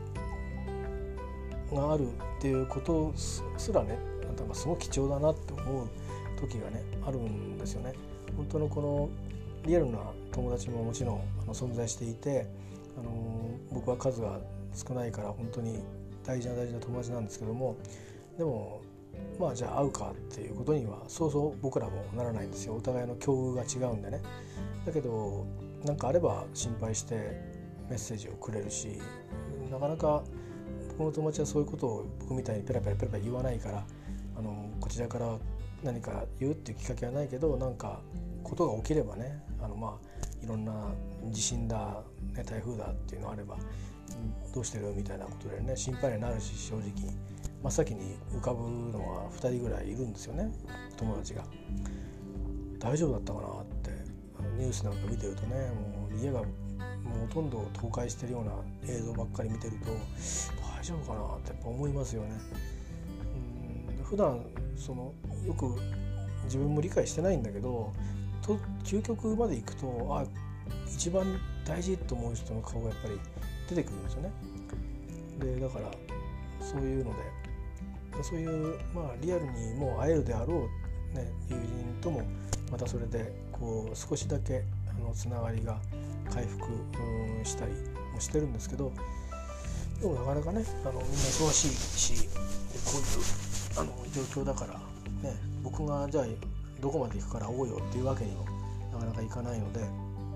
があるっていうことすらね、なんかすごく貴重だなって思う時がねあるんですよね。本当のこのリアルな友達ももちろんあの存在していて、あの僕は数が少ないから本当に大事な大事な友達なんですけども、でもまあじゃあ会うかっていうことにはそうそう僕らもならないんですよ。お互いの境遇が違うんでね。だけどなんかあれば心配してメッセージをくれるし、なかなか僕の友達はそういうことを僕みたいにペラペラペラペラ言わないから、あのこちらから何か言うっていうきっかけはないけど、なんかことが起きればね、あのまあいろんな地震だ、ね、台風だっていうのあればどうしてるみたいなことでね心配になるし、正直真っ先に浮かぶのはふたりぐらいいるんですよね、友達が。大丈夫だったかなってニュースなんか見てるとね、もう家がもうほとんど倒壊してるような映像ばっかり見てると大丈夫かなってやっぱ思いますよね。うん、普段そのよく自分も理解してないんだけど、と究極まで行くとあ一番大事と思う人の顔がやっぱり出てくるんですよね。でだからそういうのでそういうまあリアルにもう会えるであろう、ね、友人ともまたそれでこう少しだけあのつながりが回復したりもしてるんですけど、でもなかなかねあのみんな忙しいし、こういうあの状況だからね、僕がじゃあどこまで行くから会おうよっていうわけにもなかなかいかないので、うん、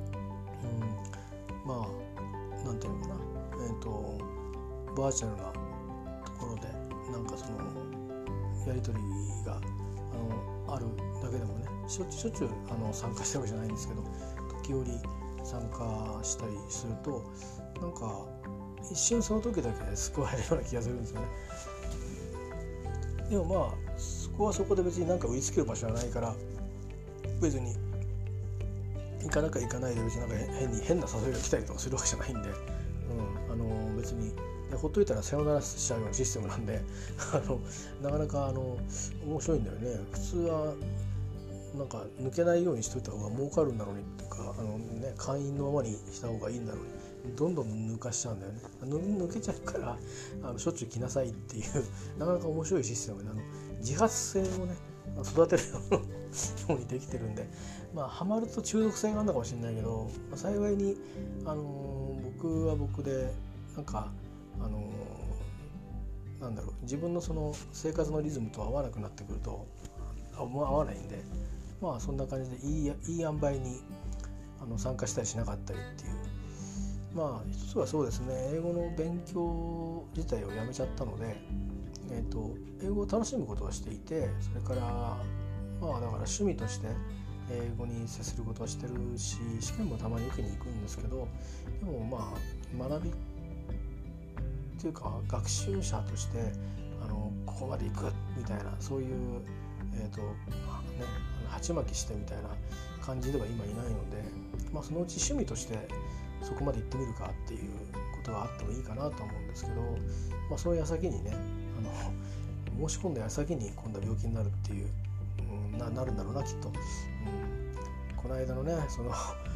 まあなんていうのかな、えーとバーチャルなところでなんかそのやり取りがあのあるだけでもね、しょっちゅうしょっちゅうあの参加してるわけじゃないんですけど、時折参加したりするとなんか一瞬その時だけ救われるような気がするんですよね。でもまあそこはそこで別になんか売りつける場所はないから、別に行かなきゃ行かないで別になんか変に変な誘いが来たりとかするわけじゃないんで、うん、あの別にほっといたらさよならしちゃうようなシステムなんであのなかなかあの面白いんだよね。普通はなんか抜けないようにしといた方が儲かるんだろうにとか、あの、ね、会員のままにした方がいいんだろうにどんどん抜かしちゃうんだよね。抜けちゃうからあのしょっちゅう来なさいっていうなかなか面白いシステムで、あの自発性をね育てるようにできてるんで、まあハマると中毒性があるのかもしれないけど、まあ、幸いに、あのー、僕は僕でなんかあのー、なんだろう自分のその生活のリズムと合わなくなってくるとあもう合わないんで、まあそんな感じでいい、いい塩梅にあの参加したりしなかったりっていう、まあ一つはそうですね、英語の勉強自体をやめちゃったので、えーと、英語を楽しむことはしていて、それからまあだから趣味として英語に接することはしてるし、試験もたまに受けに行くんですけど、でもまあ学びっていうか学習者としてあのここまで行くみたいなそういう、えーとね、鉢巻きしてみたいな感じでは今いないので、まあ、そのうち趣味としてそこまで行ってみるかっていうことがあってもいいかなと思うんですけど、まあ、その矢先にねあの申し込んだ矢先に今度は病気になるっていう、うん、な, なるんだろうなきっと、うん、この間のねその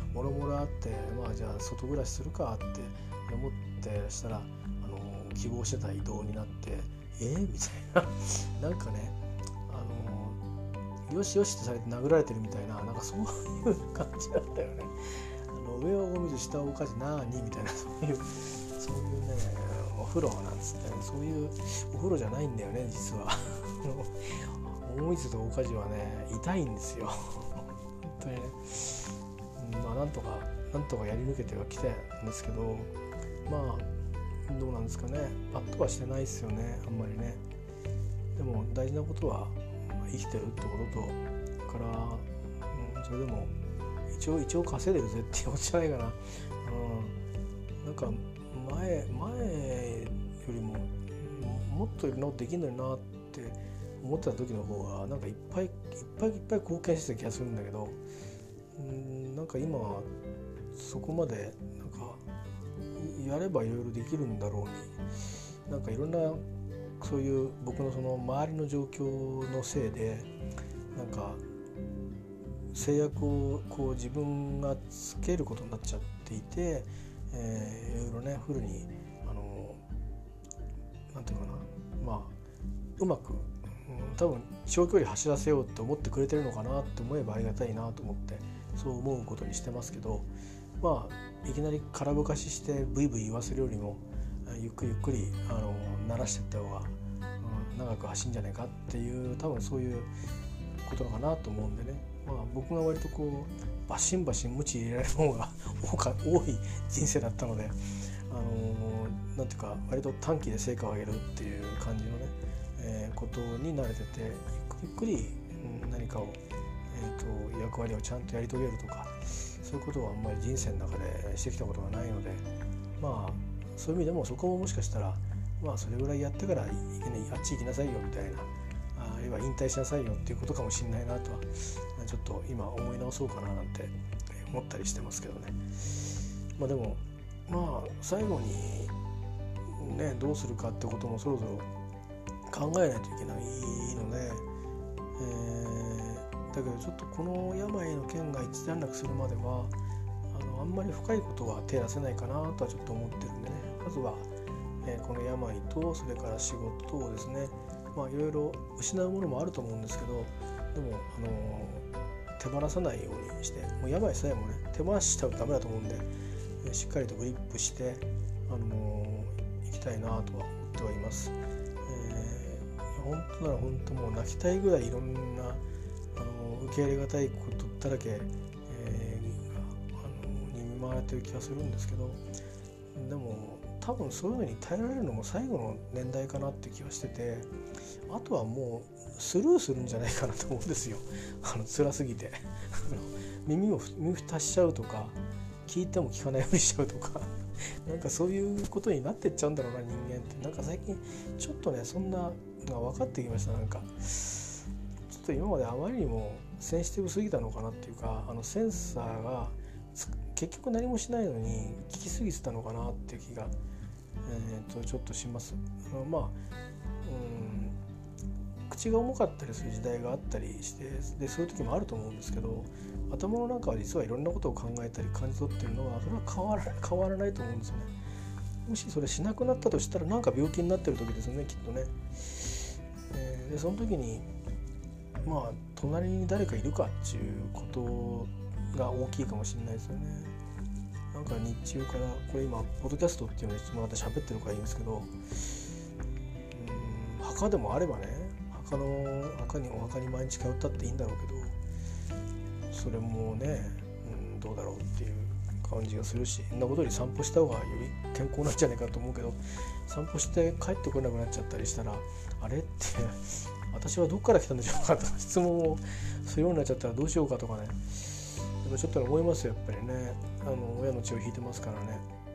もろもろあって、まあじゃあ外暮らしするかって思ってしたら、あの希望してた移動になってえー、みたいななんかね、あのよしよしってされて殴られてるみたいな、なんかそういう感じだったよね。あの上は大水下はおかじなーにみたいな、そういうそういうねお風呂なんつってね、そういうお風呂じゃないんだよね実は。大水とおかじはね痛いんですよ本当にね。うん、まあなんとかなんとかやり抜けてはきたんですけど、まあどうなんですかね、パッとはしてないですよねあんまりね。でも大事なことは生きてるってこととから、うん、それでも一応一応稼いでるぜっていうことじゃないかな。うん、なんか前前よりももっといろんなことできるのになって思ってた時の方がなんかいっぱいいっぱいいっぱい貢献してた気がするんだけど、うん、なんか今そこまでなんかやればいろいろできるんだろうに、なんかいろんなそういう僕のその周りの状況のせいでなんか制約をこう自分がつけることになっちゃっていて、えー、いろいろねフルにあのなんていうかな、まあうまく、うん、多分長距離走らせようと思ってくれてるのかなって思えばありがたいなと思ってそう思うことにしてますけど、まあいきなり空ぶかししてブイブイ言わせるよりもゆっくりゆっくりあの慣らしていった方が、うん、長く走るんじゃないかっていう多分そういうことなのかなと思うんでね、まあ、僕が割とこうバシンバシンムチ入れられる方が多い人生だったので、あのー、なんていうか割と短期で成果を上げるっていう感じのね、えー、ことに慣れててゆっくりゆっくり、うん、何かを、えーと、役割をちゃんとやり遂げるとかそういうことはあんまり人生の中でしてきたことがないので、まあそういう意味でもそこももしかしたらまあそれぐらいやってからあっち行きなさいよみたいな、あるいは引退しなさいよっていうことかもしれないなとはちょっと今思い直そうかななんて思ったりしてますけどね。まあでもまあ最後にねどうするかってこともそろそろ考えないといけないので、えー、だけどちょっとこの病の件が一段落するまではあのあんまり深いことは手出せないかなとはちょっと思ってるんでね、まずは、えー、この病とそれから仕事をですね、まあいろいろ失うものもあると思うんですけど、でもあの手放さないようにして、もう病さえもね手放しちゃうとダメだと思うんで、えー、しっかりとグリップしてあのー、いきたいなとは思ってはいます。えー、本当なら本当もう泣きたいぐらいいろんな、あのー、受け入れがたいことだらけ、えー、あのー、に見舞われてる気がするんですけど、でも多分そういうのに耐えられるのも最後の年代かなって気がしてて、あとはもうスルーするんじゃないかなと思うんですよ。あの辛すぎて耳を耳蓋しちゃうとか聞いても聞かないようにしちゃうとかなんかそういうことになってっちゃうんだろうな人間って。なんか最近ちょっとねそんなのが分かってきました。なんかちょっと今まであまりにもセンシティブすぎたのかなっていうか、あのセンサーが結局何もしないのに効きすぎてたのかなっていう気が、えー、とちょっとします。あのまあ、うん、口が重かったりする時代があったりして、でそういう時もあると思うんですけど、頭の中は実はいろんなことを考えたり感じ取ってるのはそれは変わらない、変わらないと思うんですよね。もしそれしなくなったとしたらなんか病気になってる時ですよねきっとね。えー、でその時にまあ隣に誰かいるかっていうことが大きいかもしれないですよね。なんか日中からこれ今ポッドキャストっていうのにまた喋ってるからいいんですけど、うん墓でもあればね、墓の墓にお墓に毎日通ったっていいんだろうけど、それもね、うん、どうだろうっていう感じがするし、そんなことより散歩した方がより健康なんじゃないかと思うけど、散歩して帰ってこれなくなっちゃったりしたらあれって私はどこから来たんでしょうかとか質問をするようになっちゃったらどうしようかとかね、でもちょっと思いますよやっぱりね。あの親の血を引いてますからね。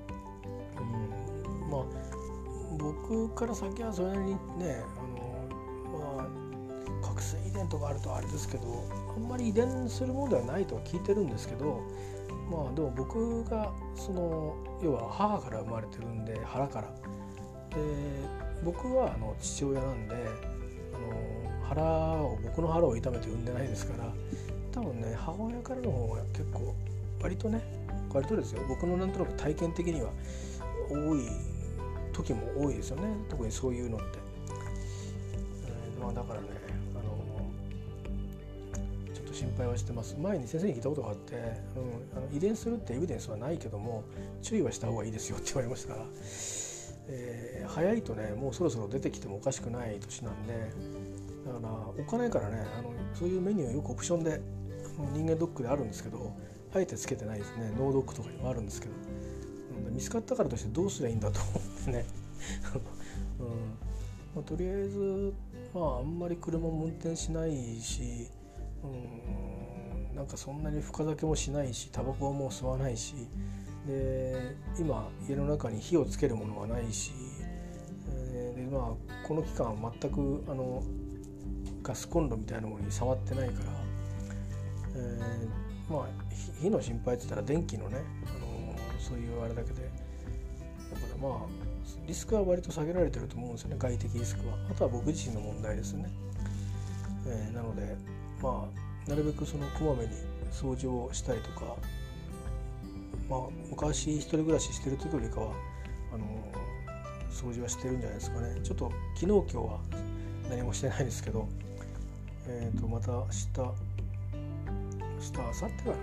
うん、まあ僕から先はそれなりにね、あのまあ覚醒遺伝とかあるとあれですけど、あんまり遺伝するものではないとは聞いてるんですけど、まあでも僕がその要は母から生まれてるんで、腹からで僕はあの父親なんで、あの腹を僕の腹を痛めて産んでないですから、多分ね母親からの方が結構割とね割とですよ、僕のなんとなく体験的には多い時も多いですよね、特にそういうのって、えーまあ、だからねあのちょっと心配はしてます。前に先生に聞いたことがあって、うん、あの遺伝するってエビデンスはないけども注意はした方がいいですよって言われましたから、えー、早いとねもうそろそろ出てきてもおかしくない年なんで、だからお金からねあのそういうメニューよくオプションで人間ドックであるんですけど、あえてつけてないですね。脳ドックとかにもあるんですけど、見つかったからとしてどうすりゃいいんだと思ってね、うんまあ、とりあえず、まあ、あんまり車も運転しないし、うん、なんかそんなに深酒もしないし、タバコはもう吸わないし、で今家の中に火をつけるものはないし、えーでまあ、この期間は全くあのガスコンロみたいなものに触ってないから、えーまあ、火の心配って言ったら電気のね、あのそういうあれだけで、だからまあリスクは割と下げられてると思うんですよね、外的リスクは。あとは僕自身の問題ですね、えー、なのでまあなるべくそのこまめに掃除をしたりとか、まあ昔一人暮らししてる時よりかはあの掃除はしてるんじゃないですかね。ちょっと昨日今日は何もしてないですけど、えーとまた明日明日明後日かな、明後日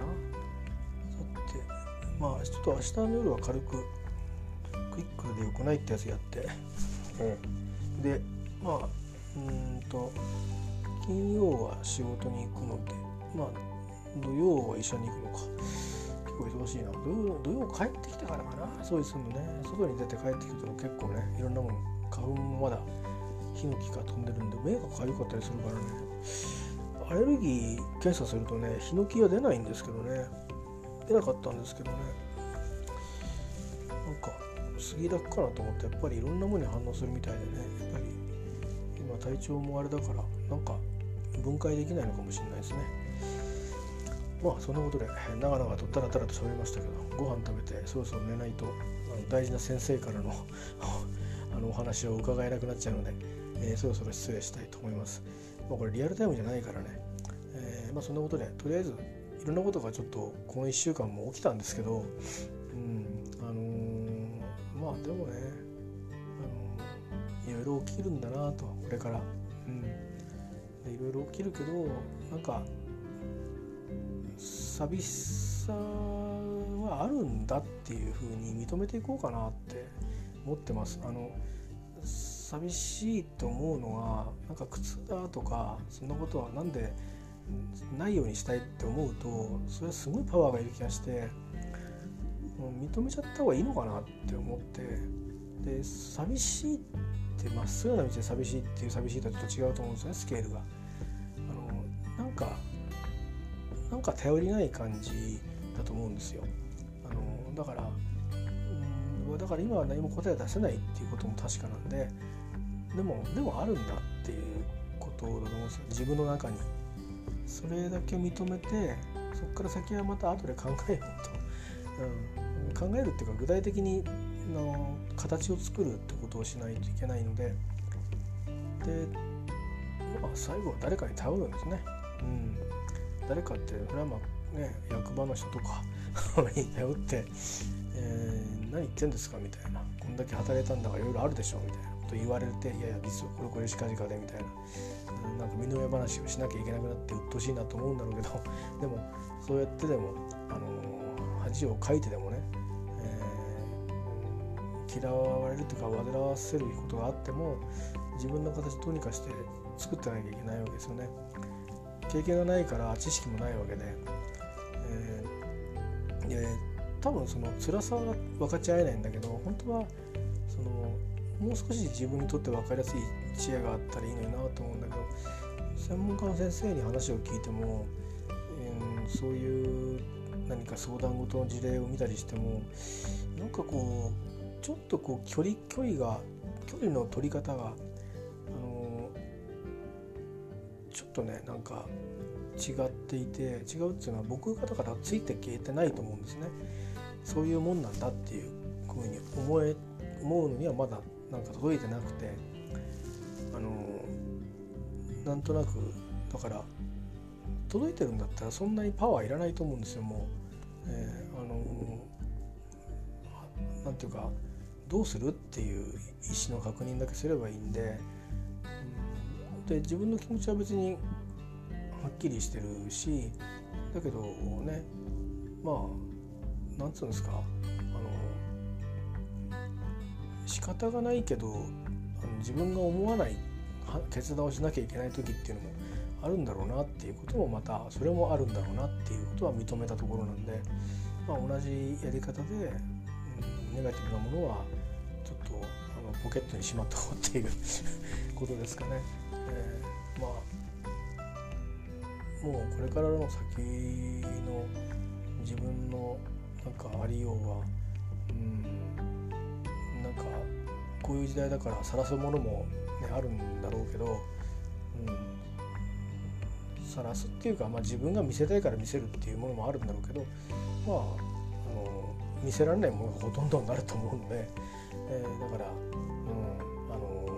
まあちょっと明日の夜は軽くクイックでよくないってやつやって、うん、でまあうんと金曜は仕事に行くので、まあ土曜は一緒に行くのか、結構忙しいな。土曜、土曜帰ってきてからかな、そういうするのね。外に出て帰ってきても結構ねいろんなもの、花粉もまだヒノキが飛んでるんで目がかゆかったりするからね、アレルギー検査するとねヒノキは出ないんですけどね、出なかったんですけどね、なんかスギだけかなと思って、やっぱりいろんなものに反応するみたいでね、やっぱり今体調もあれだからなんか分解できないのかもしれないですね。まあそんなことで長々とダラダラと喋りましたけど、ご飯食べてそろそろ寝ないとあの大事な先生からのあのお話を伺えなくなっちゃうので、えー、そろそろ失礼したいと思います。まあ、これリアルタイムじゃないからね、えーまあ、そんなことでとりあえずいろんなことがちょっとこのいっしゅうかんも起きたんですけど、うんあのー、まあでもね、あのー、いろいろ起きるんだなとこれから、うん、でいろいろ起きるけどなんか寂しさはあるんだっていう風に認めていこうかなって思ってます。あの寂しいと思うのはなんか苦痛だとかそんなことはなんでないようにしたいって思うと、それはすごいパワーがいる気がして認めちゃった方がいいのかなって思って、で寂しいってまっすぐな道で寂しいっていう寂しいとはちょっと違うと思うんですよね、スケールが。あのなんかなんか頼りない感じだと思うんですよ。あのだからうんだから今は何も答え出せないっていうことも確かなんで、でもでもあるんだっていうことだと思うんですよ、自分の中に。それだけ認めてそこから先はまた後で考えようと、うん、考えるっていうか具体的にの形を作るってことをしないといけないので、で、まあ、最後は誰かに頼るんですね、うん、誰かってそれはまあね役場の人とかに頼って、えー、何言ってんですかみたいな、こんだけ働いたんだからいろいろあるでしょみたいなこと言われて、いやいや実はこれこれしかじかでみたいな、なんか身の上話をしなきゃいけなくなって鬱陶しいなと思うんだろうけど、でもそうやってでも、あのー、恥をかいてでもね、えー、嫌われるというか煩わせることがあっても自分の形どうにかして作ってなきゃいけないわけですよね。経験がないから知識もないわけで、えー、で多分その辛さは分かち合えないんだけど、本当はそのもう少し自分にとって分かりやすい知恵があったらいいのになと思うんだけど、専門家の先生に話を聞いても、うん、そういう何か相談事の事例を見たりしてもなんかこうちょっとこう距離距離が距離の取り方が、あのちょっとねなんか違っていて、違うっていうのは僕がだからついて消えてないと思うんですね。そういうもんなんだっていうふうに思え思うのにはまだなんか届いてなくて、あのなんとなくだから届いてるんだったらそんなにパワーいらないと思うんですよ。もえー、あのなんていうかどうするっていう意思の確認だけすればいいんで、うん、で自分の気持ちは別にはっきりしてるし、だけどね、まあなんつうんですか、あの仕方がないけど、あの自分が思わない決断をしなきゃいけない時っていうのもあるんだろうなっていうことも、またそれもあるんだろうなっていうことは認めたところなんで、まあ、同じやり方で、うん、ネガティブなものはちょっとあのポケットにしまった方っていうことですかね。えー、まあもうこれからの先の自分のなんかありようは、うん、なんかこういう時代だから晒すものも、ね、あるんだろうけど、うん、晒すっていうか、まあ、自分が見せたいから見せるっていうものもあるんだろうけど、まあ、あの見せられないものがほとんどになると思うので、えー、だから、うん、あ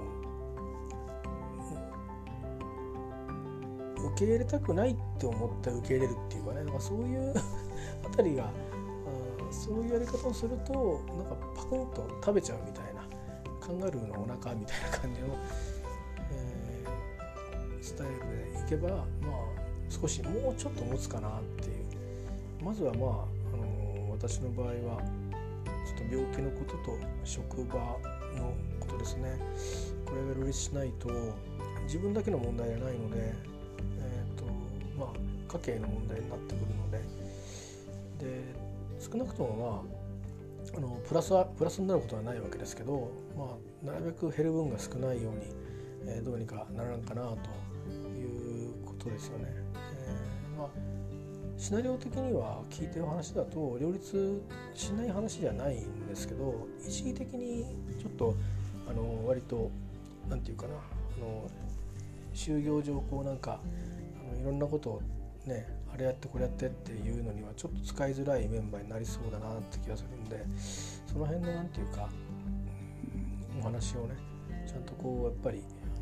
の受け入れたくないって思って受け入れるっていうかね、なんかそういうあたりが、うん、そういうやり方をするとなんかパクンと食べちゃうみたいな、カンガルーのお腹みたいな感じの、えー、スタイルでいけば、まあ少しもうちょっと持つかなっていう。まずはまあ、あのー、私の場合はちょっと病気のことと職場のことですね。これが両立しないと自分だけの問題じゃないので、えーとまあ、家計の問題になってくるので、で少なくともまああのプラスはプラスになることはないわけですけど、まあ、なるべく減る分が少ないように、えー、どうにかならんかなということですよね。えーまあ、シナリオ的には聞いてる話だと両立しない話じゃないんですけど、一時的にちょっとあの割となんていうかな、あの就業上こうなんかあのいろんなことをね、あれやってこれやってっていうのにはちょっと使いづらいメンバーになりそうだなって気がするんで、その辺のなんていうかお話をねちゃんとこうやっぱり、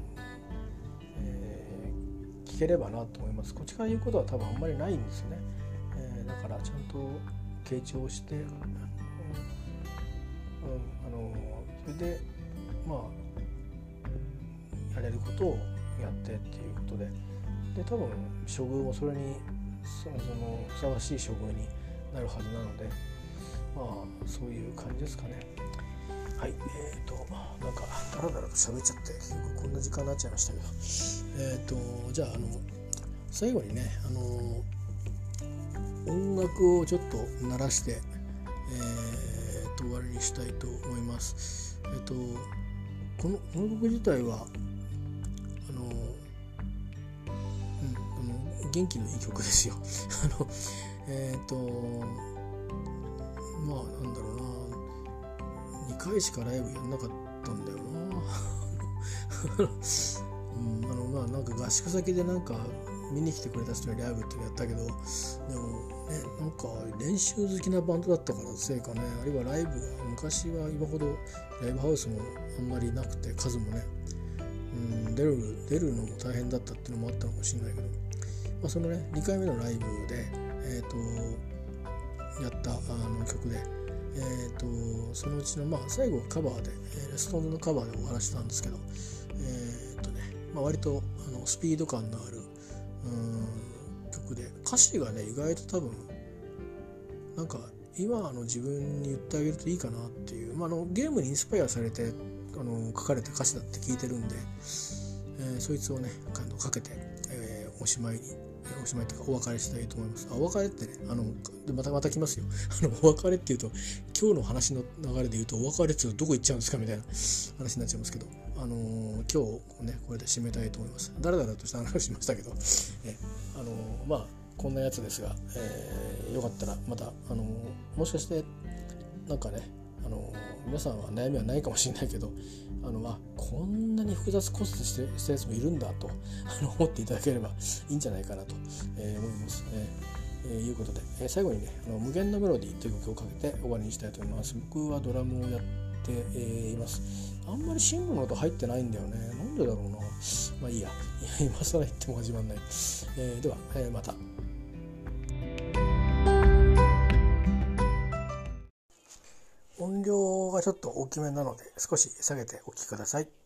えー、聞ければなと思います。こっちから言うことは多分あんまりないんですよね。えー、だからちゃんと傾聴して、うん、あのそれでまあやれることをやってっていうことで。で多分処遇もそれにその、そのふさわしい処遇になるはずなので、まあそういう感じですかね。はい、えーとなんかダラダラと喋っちゃって結局こんな時間になっちゃいましたけど、えーとじゃああの最後にね、あの音楽をちょっと鳴らして、えー、と終わりにしたいと思います。えーとこのこの曲自体はあの元気のいい曲ですよ。あのえっ、ー、とまあなんだろうな、にかいしかライブやんなかったんだよな。うん、あのまあなんか合宿先でなんか見に来てくれた人にライブってやったけど、でもねなんか練習好きなバンドだったからせいかね、あるいはライブが昔は今ほどライブハウスもあんまりなくて数もね、うん、出る出るのも大変だったっていうのもあったのかもしれないけど。まあ、そのねにかいめのライブで、えー、とやったあの曲で、えー、とそのうちの、まあ、最後はカバーで、えー、ストーンズのカバーでお話したんですけど、えーとねまあ、割とあのスピード感のあるうん曲で、歌詞がね意外と多分なんか今の自分に言ってあげるといいかなっていう、まあ、あのゲームにインスパイアされてあの書かれた歌詞だって聞いてるんで、えー、そいつをねかけて、えー、おしまいにおしまいというかお別れしたいと思います。あお別れってね、あのまたまた来ますよ。あのお別れっていうと今日の話の流れで言うとお別れっていうとどこ行っちゃうんですかみたいな話になっちゃいますけど、あのー、今日ねこれで締めたいと思います。だらだらとした話しましたけど、えあのー、まあこんなやつですが、えー、よかったらまた、あのー、もしかしてなんかね、あのー、皆さんは悩みはないかもしれないけど、あのあこんなに複雑骨折してしたやつもいるんだとあの思っていただければいいんじゃないかなと、えー、思います、えーえー、いうことで、えー、最後にねあの無限のメロディーという曲をかけて終わりにしたいと思います。僕はドラムをやって、えー、います。あんまりシングルの音入ってないんだよね。なんでだろうな。まあいいや今更言っても始まんない、えー、では、えー、また。 はちょっと大きめなので少し下げてお聞きください。